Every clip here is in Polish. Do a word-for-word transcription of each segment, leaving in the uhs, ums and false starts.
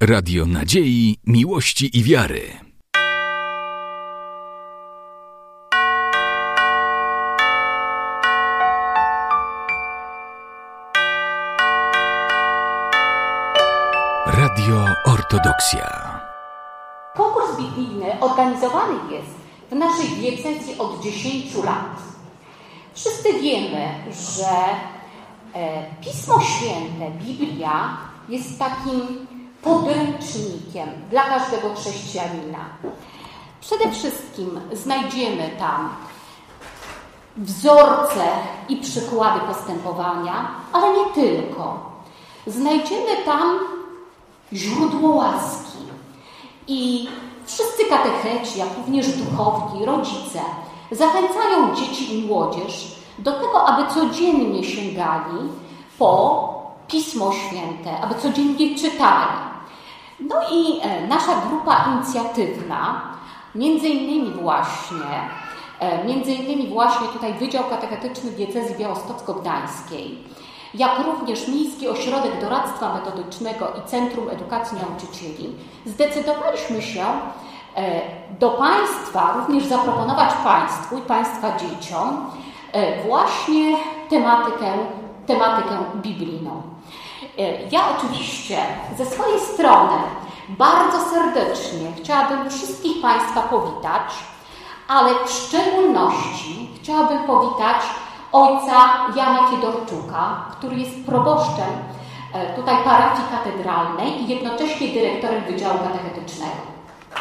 Radio Nadziei, Miłości i Wiary. Radio Ortodoksja. Konkurs biblijny organizowany jest w naszej diecezji od dziesięciu lat. Wszyscy wiemy, że Pismo Święte, Biblia, jest takim podręcznikiem dla każdego chrześcijanina. Przede wszystkim znajdziemy tam wzorce i przykłady postępowania, ale nie tylko. Znajdziemy tam źródło łaski. I wszyscy katecheci, jak również duchowni, rodzice zachęcają dzieci i młodzież do tego, aby codziennie sięgali po Pismo Święte, aby codziennie czytali. No i nasza grupa inicjatywna, między innymi właśnie, między innymi właśnie tutaj Wydział Katechetyczny Diecezji Białostocko-Gdańskiej, jak również Miejski Ośrodek Doradztwa Metodycznego i Centrum Edukacji Nauczycieli, zdecydowaliśmy się do Państwa, również zaproponować Państwu i Państwa dzieciom właśnie tematykę, tematykę biblijną. Ja oczywiście ze swojej strony bardzo serdecznie chciałabym wszystkich Państwa powitać, ale w szczególności chciałabym powitać ojca Jana Fiedorczuka, który jest proboszczem tutaj parafii katedralnej i jednocześnie dyrektorem Wydziału Katechetycznego.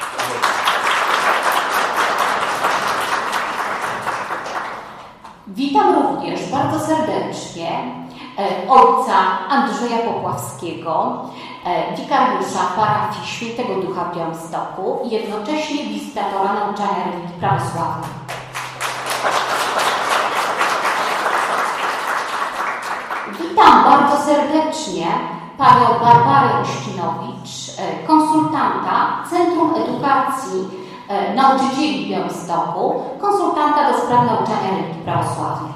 Witam również bardzo serdecznie ojca Andrzeja Popławskiego, wikariusza parafii Świętego Ducha w Białymstoku i jednocześnie wizytatora nauczania religii prawosławnej. Witam bardzo serdecznie panią Barbarę Ościnowicz, konsultanta Centrum Edukacji Nauczycieli w Białymstoku, konsultanta do spraw nauczania religii prawosławnej.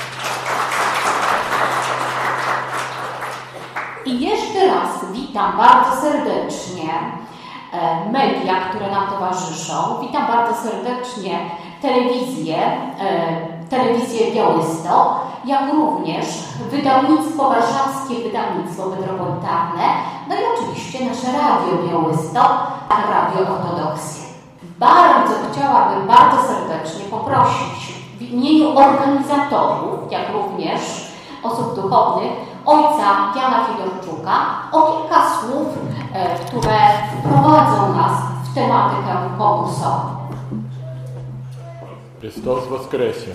I jeszcze raz witam bardzo serdecznie media, które nam towarzyszą. Witam bardzo serdecznie telewizję, telewizję Białystok, jak również wydawnictwo warszawskie, wydawnictwo metropolitarne, no i oczywiście nasze Radio Białystok, Radio Ortodoksja. Bardzo chciałabym bardzo serdecznie poprosić w imieniu organizatorów, jak również osób duchownych, ojca Jana Fiedorczuka o kilka słów, które wprowadzą nas w tematykę konkursową. Chrystus Woskresie.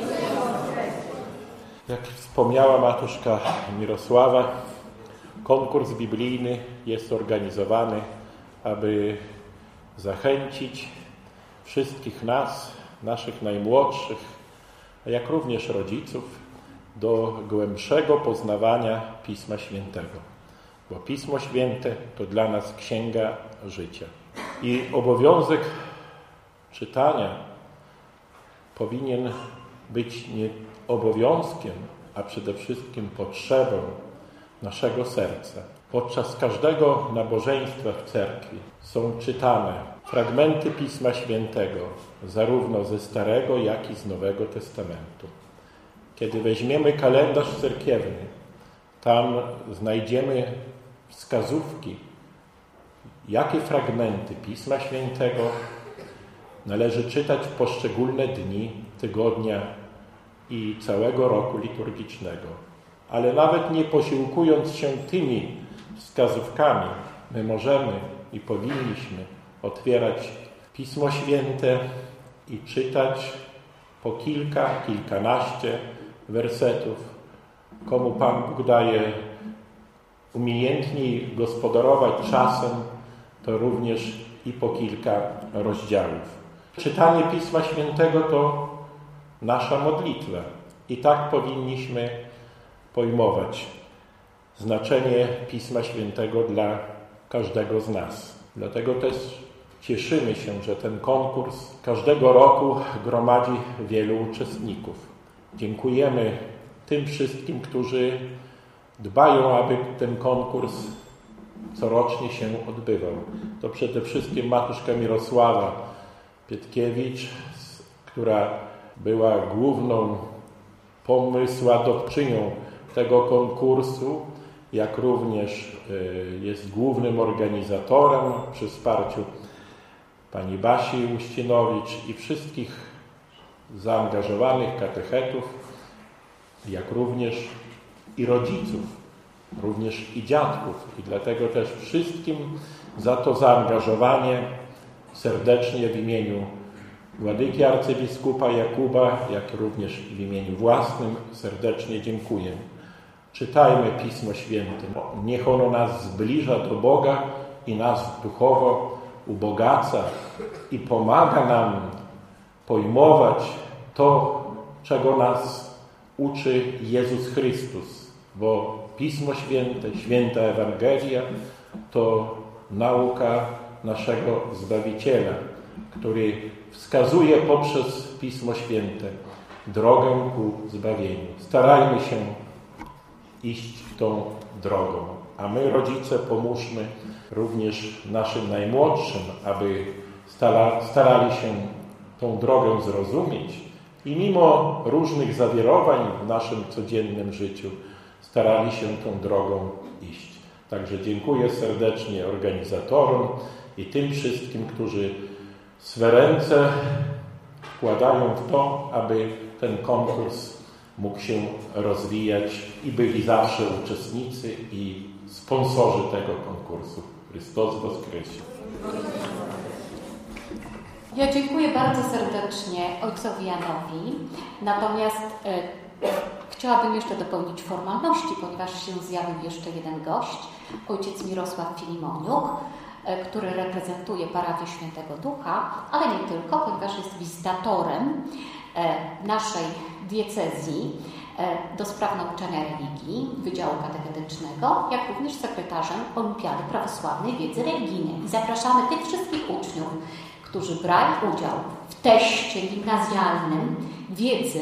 Jak wspomniała matuszka Mirosława, konkurs biblijny jest organizowany, aby zachęcić wszystkich nas, naszych najmłodszych, jak również rodziców, do głębszego poznawania Pisma Świętego. Bo Pismo Święte to dla nas księga życia. I obowiązek czytania powinien być nie obowiązkiem, a przede wszystkim potrzebą naszego serca. Podczas każdego nabożeństwa w cerkwi są czytane fragmenty Pisma Świętego, zarówno ze Starego, jak i z Nowego Testamentu. Kiedy weźmiemy kalendarz cerkiewny, tam znajdziemy wskazówki, jakie fragmenty Pisma Świętego należy czytać w poszczególne dni, tygodnia i całego roku liturgicznego. Ale nawet nie posiłkując się tymi wskazówkami, my możemy i powinniśmy otwierać Pismo Święte i czytać po kilka, kilkanaście wersetów. Komu Pan Bóg daje umiejętniej gospodarować czasem, to również i po kilka rozdziałów. Czytanie Pisma Świętego to nasza modlitwa i tak powinniśmy pojmować znaczenie Pisma Świętego dla każdego z nas. Dlatego też cieszymy się, że ten konkurs każdego roku gromadzi wielu uczestników. Dziękujemy tym wszystkim, którzy dbają, aby ten konkurs corocznie się odbywał. To przede wszystkim matuszka Mirosława Pietkiewicz, która była główną pomysłodawczynią tego konkursu, jak również jest głównym organizatorem przy wsparciu pani Basi Uścinowicz i wszystkich zaangażowanych katechetów, jak również i rodziców, również i dziadków. I dlatego też wszystkim za to zaangażowanie serdecznie w imieniu Władyki arcybiskupa Jakuba, jak również w imieniu własnym serdecznie dziękuję. Czytajmy Pismo Święte. Niech ono nas zbliża do Boga i nas duchowo ubogaca i pomaga nam pojmować to, czego nas uczy Jezus Chrystus. Bo Pismo Święte, Święta Ewangelia to nauka naszego Zbawiciela, który wskazuje poprzez Pismo Święte drogę ku zbawieniu. Starajmy się iść tą drogą, a my, rodzice, pomóżmy również naszym najmłodszym, aby starali się tą drogę zrozumieć i mimo różnych zawirowań w naszym codziennym życiu starali się tą drogą iść. Także dziękuję serdecznie organizatorom i tym wszystkim, którzy swe ręce wkładają w to, aby ten konkurs mógł się rozwijać i byli zawsze uczestnicy i sponsorzy tego konkursu. Chrystus woskresie. Ja dziękuję bardzo serdecznie ojcowi Janowi, natomiast e, chciałabym jeszcze dopełnić formalności, ponieważ się zjawił jeszcze jeden gość, ojciec Mirosław Filimoniuk, e, który reprezentuje parafię Świętego Ducha, ale nie tylko, ponieważ jest wizytatorem e, naszej diecezji e, do spraw nauczania religii, Wydziału Katechetycznego, jak również sekretarzem Olimpiady Prawosławnej Wiedzy Religijnej. I zapraszamy tych wszystkich uczniów, którzy brali udział w teście gimnazjalnym wiedzy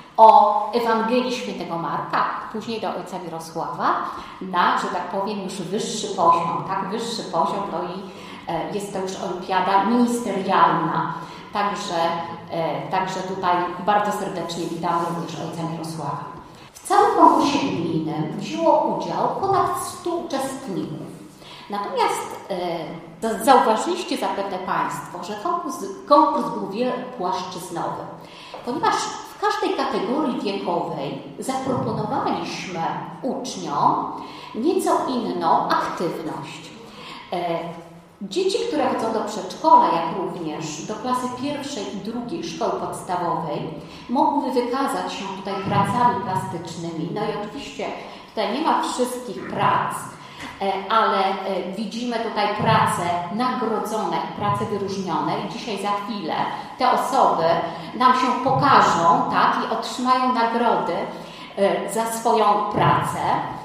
o Ewangelii Świętego Marka, później do ojca Mirosława, na, że tak powiem, już wyższy poziom, tak, wyższy poziom, no i e, jest to już olimpiada ministerialna. Także, e, także tutaj bardzo serdecznie witamy również ojca Mirosława. W całym konkursie biblijnym wzięło udział ponad stu uczestników. Natomiast e, zauważyliście zapewne Państwo, że konkurs, konkurs był wielopłaszczyznowy, ponieważ w każdej kategorii wiekowej zaproponowaliśmy uczniom nieco inną aktywność. E, dzieci, które chodzą do przedszkola, jak również do klasy pierwszej i drugiej szkoły podstawowej, mogły wykazać się tutaj pracami plastycznymi. No i oczywiście tutaj nie ma wszystkich prac, ale widzimy tutaj prace nagrodzone i prace wyróżnione i dzisiaj za chwilę te osoby nam się pokażą, tak, i otrzymają nagrody za swoją pracę.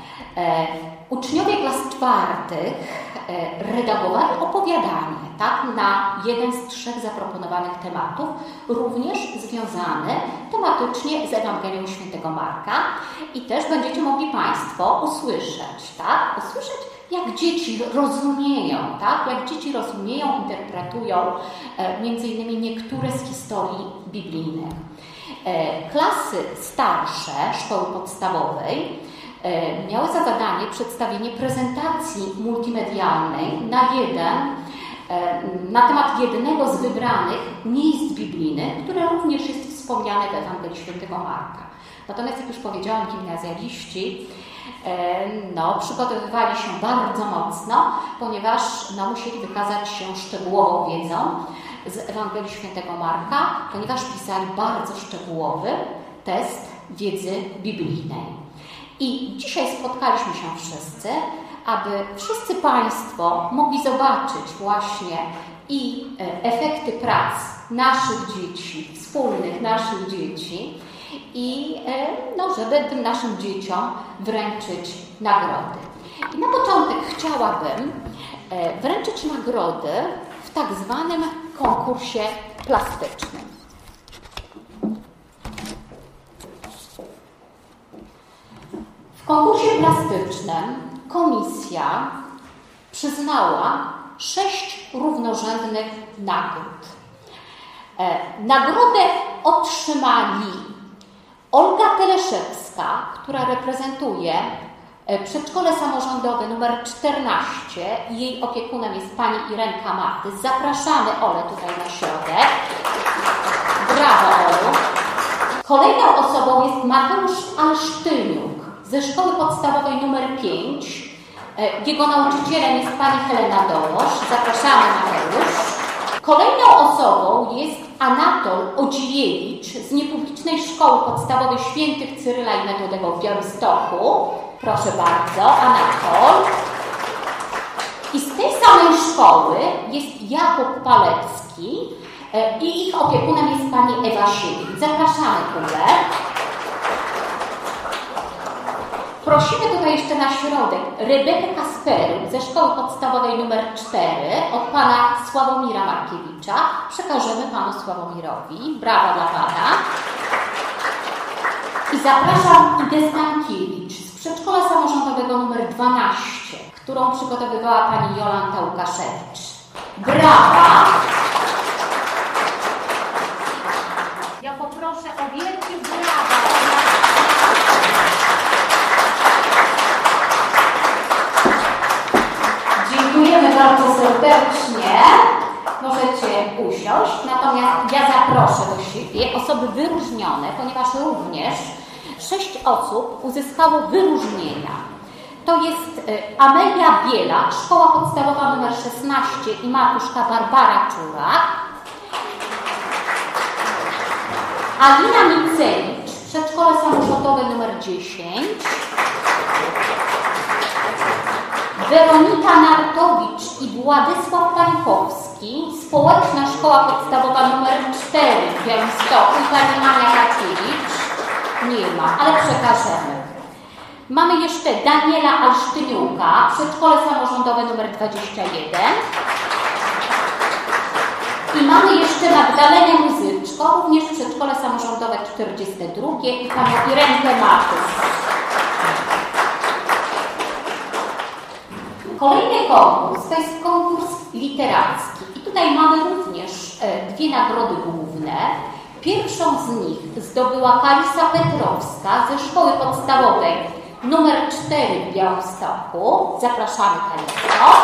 Uczniowie klas czwartych redagowali opowiadanie, tak, na jeden z trzech zaproponowanych tematów, również związany tematycznie z Ewangelią Świętego Marka i też będziecie mogli Państwo usłyszeć, tak, usłyszeć, jak dzieci rozumieją, tak, jak dzieci rozumieją, interpretują e, między innymi niektóre z historii biblijnych. E, klasy starsze szkoły podstawowej miały za zadanie przedstawienie prezentacji multimedialnej na jeden, na temat jednego z wybranych miejsc biblijnych, które również jest wspomniane w Ewangelii Świętego Marka. Natomiast, jak już powiedziałam, gimnazjaliści no, przygotowywali się bardzo mocno, ponieważ no, musieli wykazać się szczegółową wiedzą z Ewangelii Świętego Marka, ponieważ pisali bardzo szczegółowy test wiedzy biblijnej. I dzisiaj spotkaliśmy się wszyscy, aby wszyscy Państwo mogli zobaczyć właśnie i efekty prac naszych dzieci, wspólnych naszych dzieci i no, żeby tym naszym dzieciom wręczyć nagrody. I na początek chciałabym wręczyć nagrody w tak zwanym konkursie plastycznym. W konkursie plastycznym komisja przyznała sześć równorzędnych nagród. Nagrodę otrzymali Olga Teleszewska, która reprezentuje przedszkole samorządowe numer czternaście. Jej opiekunem jest pani Irenka Maty. Zapraszamy Olę tutaj na środek. Brawo, Olu. Kolejną osobą jest Mateusz Alsztyniuk ze szkoły podstawowej numer pięć. Jego nauczycielem jest pani Helena Dołosz. Zapraszamy, Mateusz. Kolejną osobą jest Anatol Odziejewicz z niepublicznej szkoły podstawowej Świętych Cyryla i Metodego w Białymstoku. Proszę bardzo, Anatol. I z tej samej szkoły jest Jakub Palecki i ich opiekunem jest pani Ewa Siewicz. Zapraszamy Kubę. Prosimy tutaj jeszcze na środek Rebekę Kasperuk ze szkoły podstawowej numer cztery od pana Sławomira Markiewicza. Przekażemy panu Sławomirowi. Brawa dla pana. I zapraszam Idę Stankiewicz z przedszkola samorządowego numer dwanaście, którą przygotowywała pani Jolanta Łukaszewicz. Brawa! Ja poproszę o wielkie brawa. Dziękujemy bardzo serdecznie. Możecie usiąść. Natomiast ja zaproszę do siebie osoby wyróżnione, ponieważ również sześć osób uzyskało wyróżnienia. To jest Amelia Biela, szkoła podstawowa numer szesnaście i matuszka Barbara Czurak. Alina Micewicz, przedszkole samorządowe numer dziesięć. Weronika Nartowicz i Władysław Pańkowski, społeczna szkoła podstawowa numer cztery w Białymstoku i pani Ania Rakiewicz. Nie ma, ale przekażemy. Mamy jeszcze Daniela Alsztyniuka, przedszkole samorządowe numer dwadzieścia jeden. I mamy jeszcze Magdalenę Muzyczko, również przedszkole samorządowe czterdzieste drugie i panią Irenkę Matys. Kolejny konkurs to jest konkurs literacki. I tutaj mamy również dwie nagrody główne. Pierwszą z nich zdobyła Kalisa Petrowska ze szkoły podstawowej numer cztery w Białymstoku. Zapraszamy, Kaliso.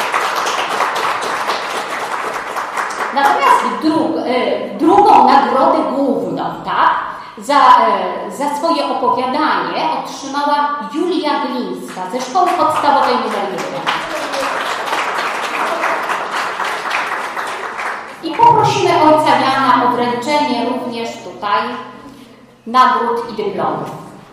Natomiast dru, e, drugą nagrodę główną, tak, za, e, za swoje opowiadanie otrzymała Julia Glińska ze szkoły podstawowej numer jeden. I poprosimy ojca Jana o wręczenie również tutaj nagród i dyplomów.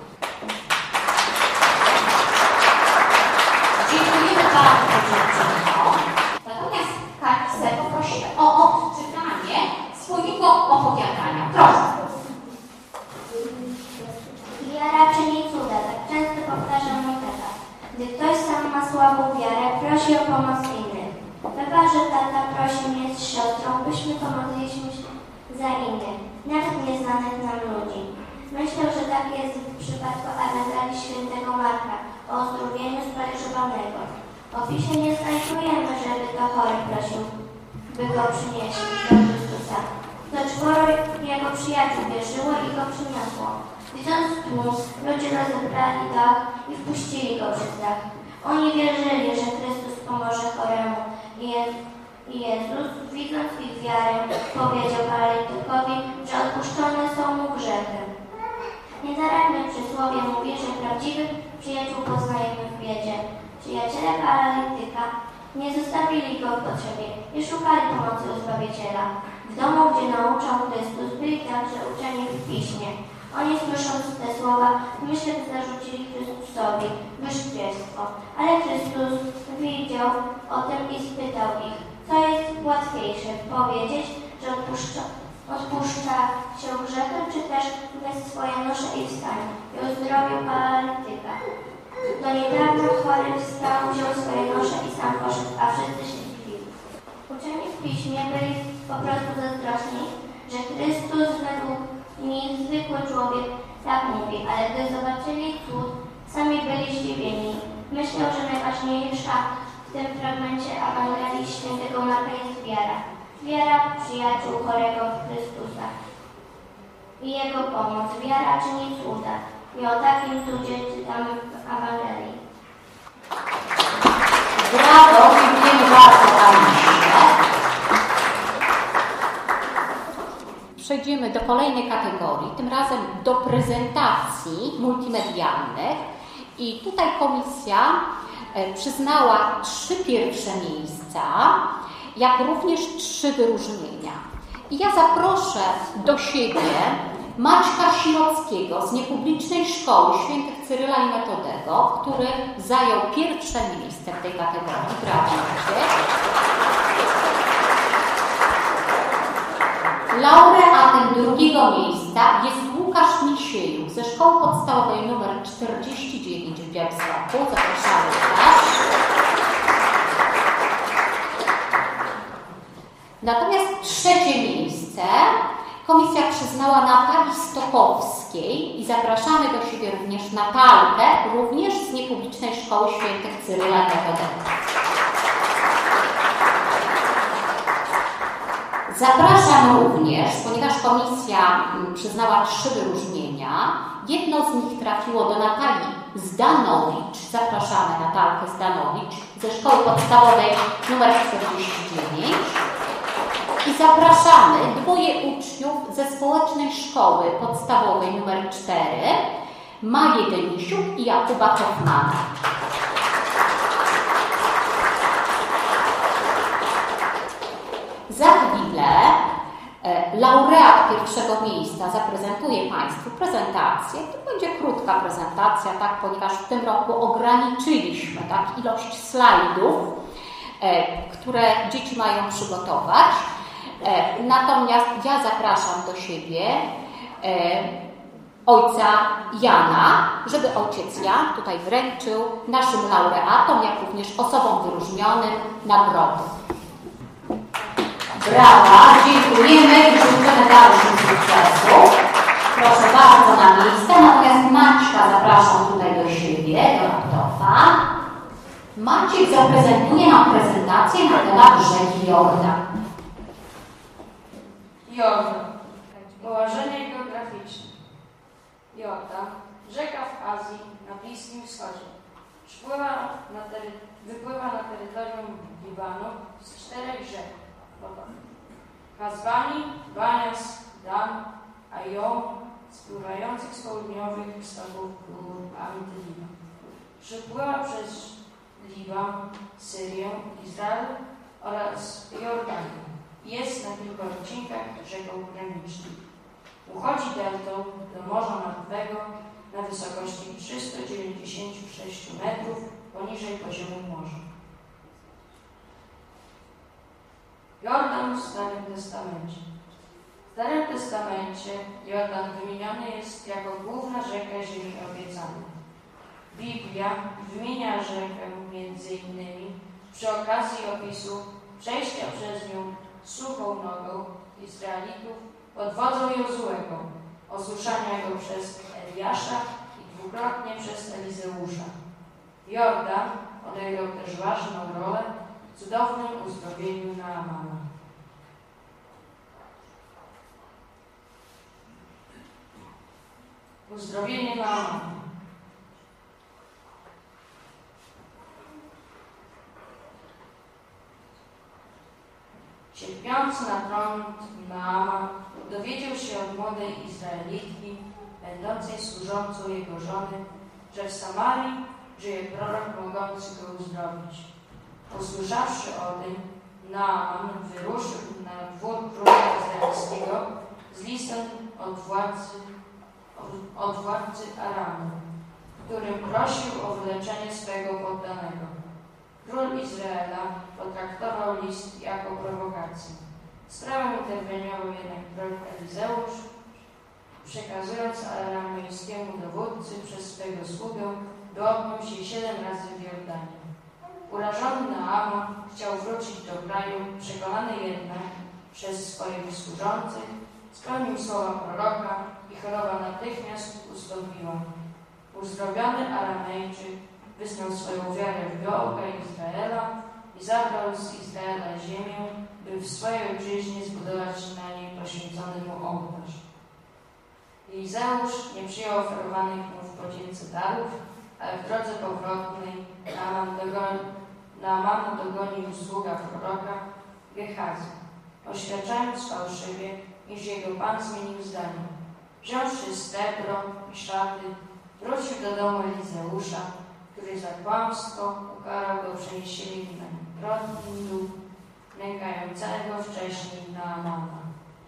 Dziękujemy bardzo dziewczynom. Natomiast Kalisę poprosimy o odczytanie swojego opowiadania. Proszę. Wiara czyni cuda, tak często powtarza mój tata. Gdy ktoś sam ma słabą wiarę, prosi o pomoc innych. Bywa, że tata prosi mnie z siostrą, byśmy pomodliliśmy się za innych, nawet nieznanych nam ludzi. Myślę, że tak jest w przypadku Ewangelii Świętego Marka o uzdrowieniu sparaliżowanego. W opisie nie znajdujemy, żeby to chory prosił, by go przynieśli do Chrystusa. To czworo jego przyjaciół wierzyło i go przyniosło. Widząc tłum, ludzie rozebrali dach i wpuścili go przez dach. Oni wierzyli, że Chrystus pomoże choremu. I Jezus, widząc ich wiarę, powiedział paralitykowi, że odpuszczone są mu grzechy. Niedaremnie przysłowie mówi, że prawdziwych przyjaciół poznajemy w biedzie. Przyjaciele paralityka nie zostawili go w potrzebie i szukali pomocy u Zbawiciela. W domu, gdzie nauczał Chrystus, byli także uczeni w Piśmie. Oni, słysząc te słowa, w myślach zarzucili Chrystusowi wyszczerstwo. Ale Chrystus widział o tym i spytał ich, co jest łatwiejsze, powiedzieć, że odpuszcza, odpuszcza się grzechem, czy też bez swoje nosze i wstań i uzdrowił paralityka. Do niedawna chory wstał, wziął swoje nosze i sam poszedł, a wszyscy się zdziwili. Uczeni w Piśmie byli po prostu zazdrosni, że Chrystus według nich zwykły człowiek tak mówi, ale gdy zobaczyli cud, sami byli zdziwieni. Myślę, że najważniejsza W tym fragmencie Ewangelii Świętego Marka jest wiara. Wiara przyjaciół chorego w Chrystusa i Jego pomoc. Wiara czyni cuda. I o takim cudzie czytamy w Ewangelii. Brawo, dziękujemy bardzo Anisie. Przejdziemy do kolejnej kategorii, tym razem do prezentacji multimedialnych. I tutaj komisja przyznała trzy pierwsze miejsca, jak również trzy wyróżnienia. I ja zaproszę do siebie Maćka Sirockiego z Niepublicznej Szkoły Świętych Cyryla i Metodego, który zajął pierwsze miejsce w tej kategorii. Brawo, Maciek. Laureatem drugiego miejsca jest Łukasz Misiejuk ze Szkoły Podstawowej nr czterdzieści dziewięć w Białymstoku. Zapraszamy Łukasz. Natomiast trzecie miejsce komisja przyznała Natalii Stokowskiej i zapraszamy do siebie również Natalkę, również z Niepublicznej Szkoły Świętych Cyryla i Metodego. Zapraszam również, ponieważ komisja przyznała trzy wyróżnienia, jedno z nich trafiło do Natalii Zdanowicz. Zapraszamy Natalkę Zdanowicz ze Szkoły Podstawowej nr czterdzieści dziewięć. I zapraszamy dwoje uczniów ze Społecznej Szkoły Podstawowej nr cztery, Marię Denisiuk i Jakuba Hoffmana. Za chwilę e, laureat pierwszego miejsca zaprezentuje Państwu prezentację. To będzie krótka prezentacja, tak, ponieważ w tym roku ograniczyliśmy tak, ilość slajdów, e, które dzieci mają przygotować. E, natomiast ja zapraszam do siebie e, ojca Jana, żeby ojciec Jan tutaj wręczył naszym laureatom, jak również osobom wyróżnionym nagrody. Brawa, dziękujemy i życzymy dalszych sukcesów. Proszę bardzo na miejsce. Natomiast Maćka zapraszam tutaj do siebie, do laptopa. Maciek zaprezentuje nam prezentację na temat rzeki Jordan. Jordan. Położenie geograficzne. Jordan. Rzeka w Azji, na Bliskim Wschodzie. Przypływa na tery- wypływa na terytorium Libanu z czterech rzek. Hazbani, Banias, Dan, Ajom, spływających z południowych stoków gór Amityliba. Przypływa przez Liban, Syrię, Izrael oraz Jordanię. Jest na kilku odcinkach rzeką graniczną. Uchodzi deltą do Morza Martwego na wysokości trzysta dziewięćdziesiąt sześć metrów poniżej poziomu morza. Jordan w Starym Testamencie. W Starym Testamencie Jordan wymieniony jest jako główna rzeka Ziemi Obiecanej. Biblia wymienia rzekę między innymi przy okazji opisu przejścia przez nią suchą nogą Izraelitów pod wodzą Jozuego, osuszania go przez Eliasza i dwukrotnie przez Elizeusza. Jordan odegrał też ważną rolę w cudownym uzdrowieniu Naamana. Uzdrowienie Naamana. Cierpiący na trąd Naaman dowiedział się od młodej Izraelitki, będącej służącą jego żony, że w Samarii żyje prorok mogący go uzdrowić. Usłyszawszy o tym, Naaman wyruszył na dwór króla izraelskiego z listem od władcy, od, od władcy Aramu, którym prosił o wyleczenie swego poddanego. Król Izraela potraktował list jako prowokację. Sprawę interweniował jednak prorok Elizeusz, przekazując aramejskiemu dowódcy przez swego sługę, by obmył się siedem razy w Jordanie. Urażony Naaman chciał wrócić do kraju, przekonany jednak przez swoich służących, spełnił słowa proroka i choroba natychmiast ustąpiła. Uzdrowiony Aramejczyk wyznał swoją wiarę w Boga Izraela i zabrał z Izraela ziemię, by w swojej ojczyźnie zbudować na niej poświęcony mu ołtarz. Elizeusz nie przyjął oferowanych mu w podzięce darów, ale w drodze powrotnej Naaman dogoni, Naamana dogonił sługa proroka Gehazi, oświadczając fałszywie, iż jego pan zmienił zdanie. Wziąwszy srebro i szaty, wrócił do domu Elizeusza, który za kłamstwo ukarał go przeniesieniem na prądu nękającego wcześniej Naamana.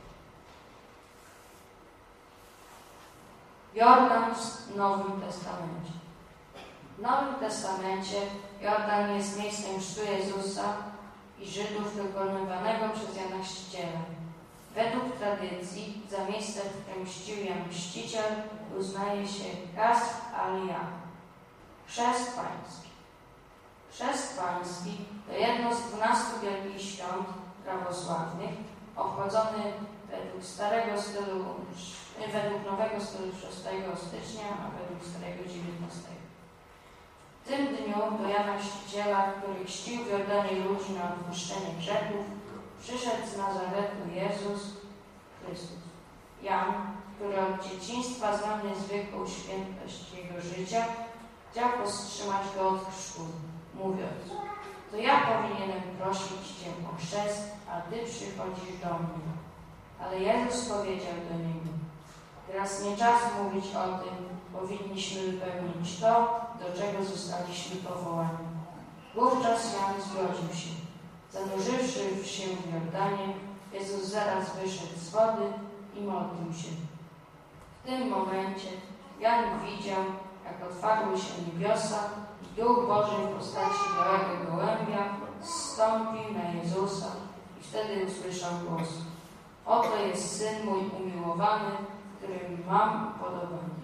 Jordan w Nowym Testamencie. W Nowym Testamencie Jordan jest miejscem chrztu Jezusa i Żydów wykonywanego przez Jana Chrzciciela. Według tradycji za miejsce, w którym chrzcił Jan Chrzciciel, uznaje się Kasr al-Yam, chrzest pański. Chrzest pański to jedno z dwunastu wielkich świąt prawosławnych, obchodzony według starego stylu, według nowego stylu szóstego stycznia, a według starego dziewiętnastego. W tym dniu do Jana Chrzciciela, który chrzcił w Jordanie ludzi na odpuszczenie grzechów, przyszedł z Nazaretu Jezus Chrystus. Jan, który od dzieciństwa znał niezwykłą świętość jego życia, chciał powstrzymać go od chrztu, mówiąc: to ja powinienem prosić Cię o chrzest, a Ty przychodzisz do mnie. Ale Jezus powiedział do niego: teraz nie czas mówić o tym, powinniśmy wypełnić to, do czego zostaliśmy powołani. Wówczas Jan zgodził się. Zanurzywszy się w Jordanie, Jezus zaraz wyszedł z wody i modlił się. W tym momencie Jan widział, jak otwarły się niebiosa i Duch Boży w postaci białego gołębia zstąpił na Jezusa i wtedy usłyszał głos: oto jest Syn mój umiłowany, którym mam upodobanie.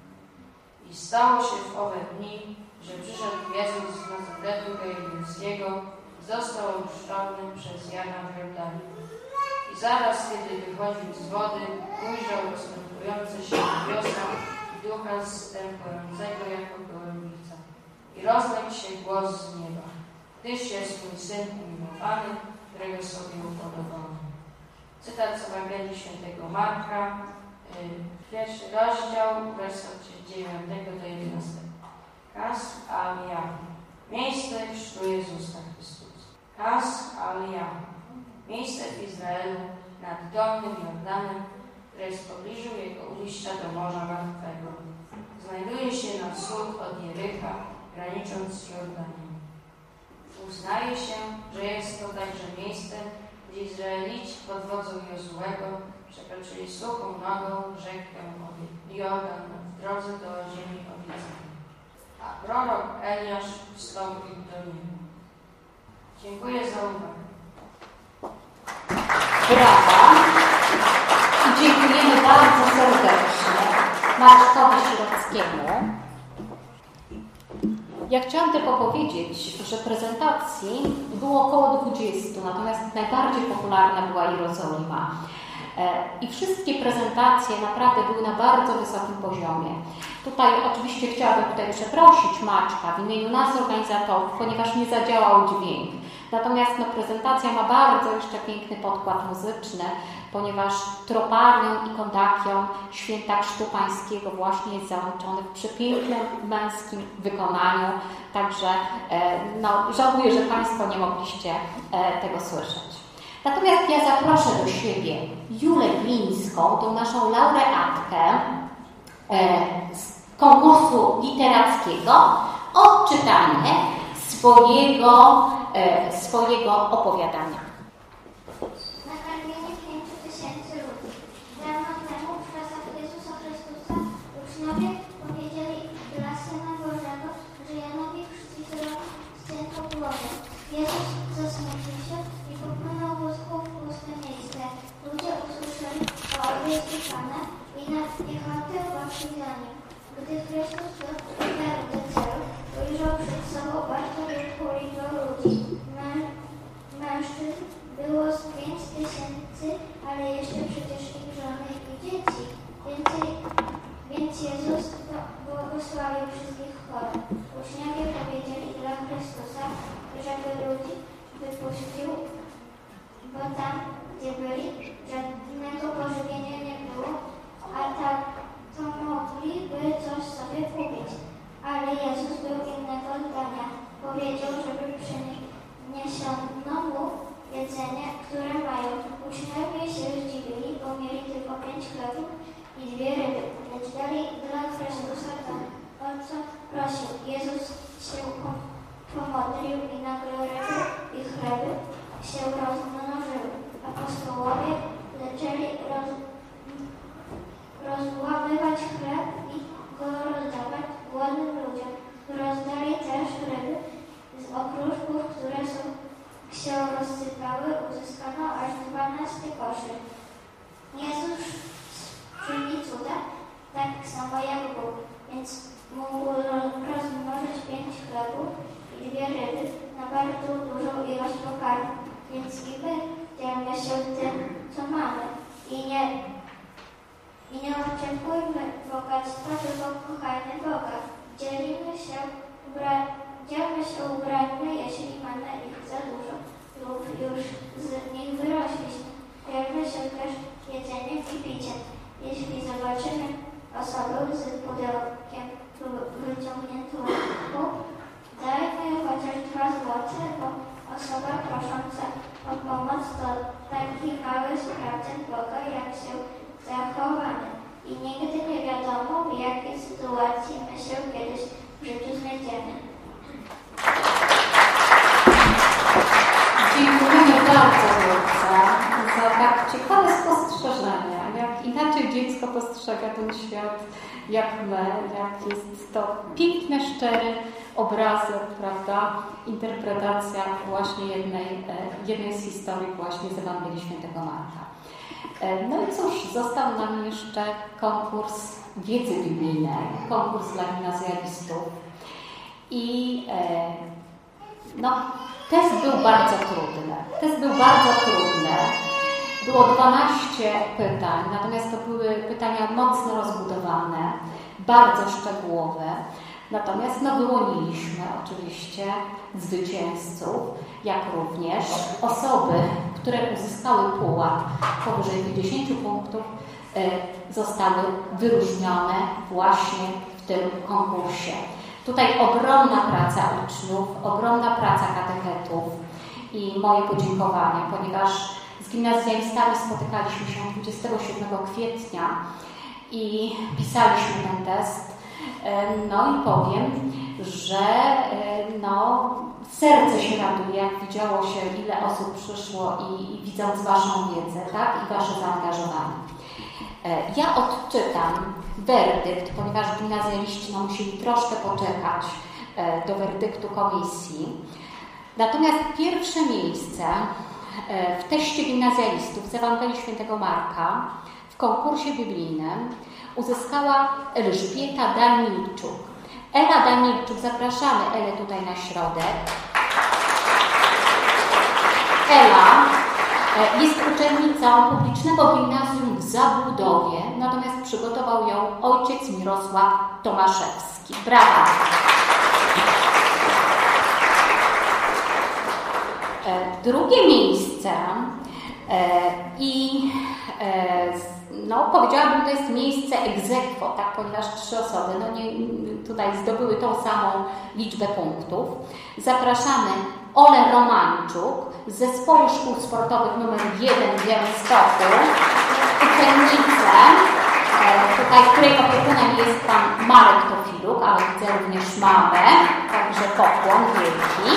I stało się w owe dni, że przyszedł Jezus z Nazaretu Galilejskiego i został ochrzczony przez Jana w Jordanie. I zaraz, kiedy wychodził z wody, ujrzał rozstępujące się niebiosa i Ducha zstępującego jako gołębica. I rozległ się głos z nieba: Tyś jest mój Syn umiłowany, którego sobie upodobałem. Cytat z Ewangelii Świętego Marka, yy, pierwszy rozdział, wers od dziewiątego do jedenastego. Kasr al-Yam, miejsce chrztu Jezusa Chrystusa. Kasr al-Yam, miejsce w Izraelu nad Dolnym Jordanem, które jest w pobliżu jego ujścia do Morza Martwego. Znajduje się na wschód od Jericha, granicząc z Jordaniem. Uznaje się, że jest to także miejsce, gdzie Izraelici pod wodzą Jozułego przekroczyli suchą nogą rzekę Jordan w drodze do ziemi obiecanej. A prorok Eliasz wstąpił do niego. Dziękuję za uwagę. Brawa. I dziękujemy bardzo serdecznie Markowi Środzkiemu. Ja chciałam tylko powiedzieć, że prezentacji było około dwudziestu, natomiast najbardziej popularna była Jerozolima. I wszystkie prezentacje naprawdę były na bardzo wysokim poziomie. Tutaj oczywiście chciałabym tutaj przeprosić Maćka w imieniu nas organizatorów, ponieważ nie zadziałał dźwięk. Natomiast no, prezentacja ma bardzo jeszcze piękny podkład muzyczny, ponieważ troparią i kondakią Święta Chrztu Pańskiego właśnie jest załączony w przepięknym męskim wykonaniu. Także e, no, żałuję, że Państwo nie mogliście e, tego słyszeć. Natomiast ja zaproszę do siebie Julę Glińską, tą naszą laureatkę e, z konkursu literackiego, o czytanie swojego, e, swojego opowiadania. Nakarmienie pięciu tysięcy ludzi. Dawno temu w czasach Jezusa Chrystusa uczniowie powiedzieli dla Syna Bożego, że Janowi Chrzcicielowi ścięto głowę. Jezus zasmucił się i popłynął wózką w puste miejsce. Ludzie usłyszeli o odjeździe Pana i na piechotę poszli za nim. Gdy Chrystus dotarł do celu, ujrzał przed sobą bardzo wielką liczbę ludzi. Mę- mężczyzn było z pięć tysięcy, ale jeszcze przecież ich żony i dzieci. Więcej, więc Jezus błogosławił wszystkich chorób. Uczniowie powiedzieli dla Chrystusa, żeby ludzi jedzenie, które mają. Uczniowie się zdziwili, bo mieli tylko pięć chlebów i dwie ryby, lecz dali dla Chrystusa to, o co prosił. Jezus się pomodlił i nagle ryby i chleby się rozmnożyły. Apostołowie zaczęli roz, rozłamywać chleb i go rozdawać głodnym ludziom. Rozdali też ryby z okruszków, które są, się rozsypały, uzyskano aż dwanaście koszy. Jezus czyni cuda tak samo jak Bóg, więc mógł rozmnożyć pięć chlebów i dwie ryby na bardzo dużą ilość pokarmu. Więc i my dzielmy się tym, co mamy. I nie, i nie oczekujmy bogactwa, tylko kochajmy Boga. Dzielimy się, ubra, dzielmy się ubrańmi, jeśli mamy ich za dużo lub już z nich wyrośliśmy. Dzielmy się też jedzeniem i piciem. Jeśli zobaczymy osobę z pudełkiem wyciągniętą ręką, dajmy chociaż dwa złote, bo osoba prosząca o pomoc to taki mały sprawdzian Boga, jak się zachowamy. I nigdy nie wiadomo, w jakiej sytuacji my się kiedyś w życiu znajdziemy. Dziękujemy bardzo za, za tak ciekawe spostrzeżenia. Jak inaczej dziecko postrzega ten świat, jak my, jak jest to piękny, szczery obrazek, prawda? Interpretacja właśnie jednej, jednej z historii właśnie z Ewangelii Świętego Marka. No i cóż, został nam jeszcze konkurs wiedzy biblijnej, konkurs dla gimnazjalistów. I no, test był bardzo trudny. Test był bardzo trudny. Było dwanaście pytań, natomiast to były pytania mocno rozbudowane, bardzo szczegółowe. Natomiast no, wyłoniliśmy oczywiście zwycięzców, jak również osoby, które uzyskały pułap powyżej pięćdziesięciu punktów, zostały wyróżnione właśnie w tym konkursie. Tutaj ogromna praca uczniów, ogromna praca katechetów i moje podziękowania, ponieważ z gimnazjalistami spotykaliśmy się dwudziestego siódmego kwietnia i pisaliśmy ten test. No i powiem, że no, serce się raduje, jak widziało się, ile osób przyszło i, i widząc Waszą wiedzę, tak, i Wasze zaangażowanie. Ja odczytam werdykt, ponieważ gimnazjaliści no, musieli troszkę poczekać do werdyktu komisji. Natomiast pierwsze miejsce w teście gimnazjalistów z Ewangelii Świętego Marka w konkursie biblijnym uzyskała Elżbieta Danilczuk. Ela Danilczuk, zapraszamy Elę tutaj na środek. Ela jest uczennicą publicznego gimnazjum w Zabłudowie, natomiast przygotował ją ojciec Mirosław Tomaszewski. Brawa! Drugie miejsce i no, powiedziałabym, to jest miejsce ex aequo, tak, ponieważ trzy osoby no nie, tutaj zdobyły tą samą liczbę punktów. Zapraszamy Olę Romanczuk z Zespołu Szkół Sportowych numer jeden w Białymstoku, uczennicę, tutaj, której opiekunem jest pan Marek Tofiluk, ale widzę również mamę, także pokłon wielki.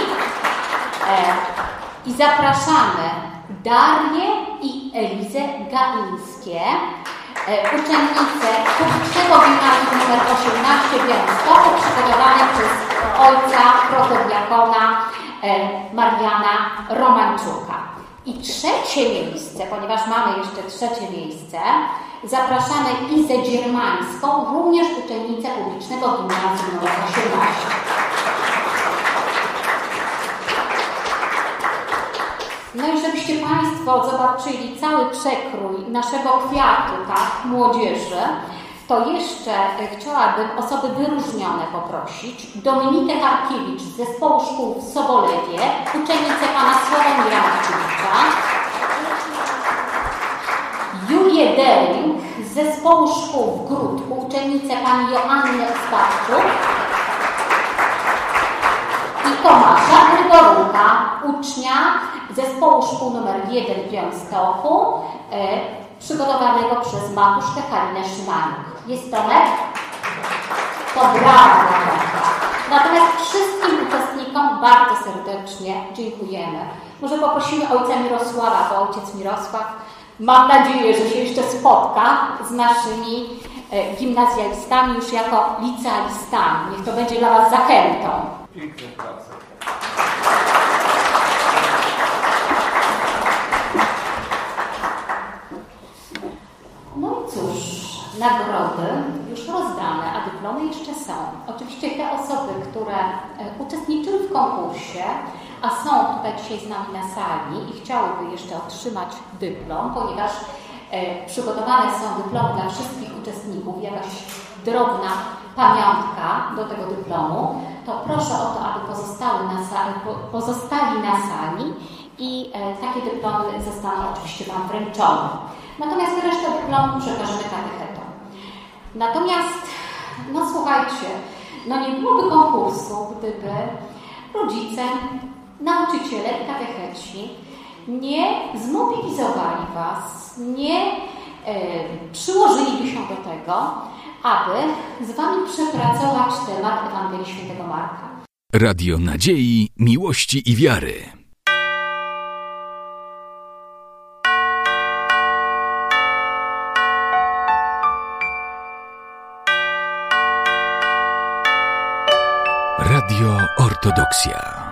I zapraszamy Darię i Elizę Gaińskie, uczennice publicznego gimnazjum numer osiemnaście w Białymstoku, przygotowane przez ojca protodiakona Mariana Romanczuka. I trzecie miejsce, ponieważ mamy jeszcze trzecie miejsce, zapraszamy Izę Dziermańską, również uczennicę publicznego gimnazjum numer osiemnaście. No i żebyście Państwo zobaczyli cały przekrój naszego kwiatu, tak, młodzieży, to jeszcze chciałabym osoby wyróżnione poprosić. Dominikę Harkiewicz z Zespołu Szkół w Sobolewie, uczennicę pana Sławomira Markiewicza. Julię Dering z Zespołu Szkół w Gródku, uczennicę pani Joanny Sparczuk. I Tomasza Grygoruka, ucznia zespołu szkół numer jeden w Białymstoku, e, przygotowanego przez matuszkę Halinę Szymaniuk. Jest Tomek? To brawa dla Tomka. Natomiast wszystkim uczestnikom bardzo serdecznie dziękujemy. Może poprosimy ojca Mirosława, bo ojciec Mirosław, mam nadzieję, że się jeszcze spotka z naszymi e, gimnazjalistami już jako licealistami. Niech to będzie dla Was zachętą. Piękna praca. No i cóż, nagrody już rozdane, a dyplomy jeszcze są. Oczywiście te osoby, które uczestniczyły w konkursie, a są tutaj dzisiaj z nami na sali i chciałyby jeszcze otrzymać dyplom, ponieważ e, przygotowane są dyplomy dla wszystkich uczestników, jakaś drobna pamiątka do tego dyplomu, to proszę o to, aby pozostały na sali, pozostali na sali i e, takie dyplomy zostaną oczywiście Wam wręczone. Natomiast resztę dyplomu przekażemy katechetom. Natomiast, no słuchajcie, no nie byłoby konkursu, gdyby rodzice, nauczyciele i katecheci nie zmobilizowali Was, nie e, przyłożyliby się do tego, aby z Wami przepracować temat Ewangelii Świętego Marka. Radio Nadziei, Miłości i Wiary. Radio Ortodoksja.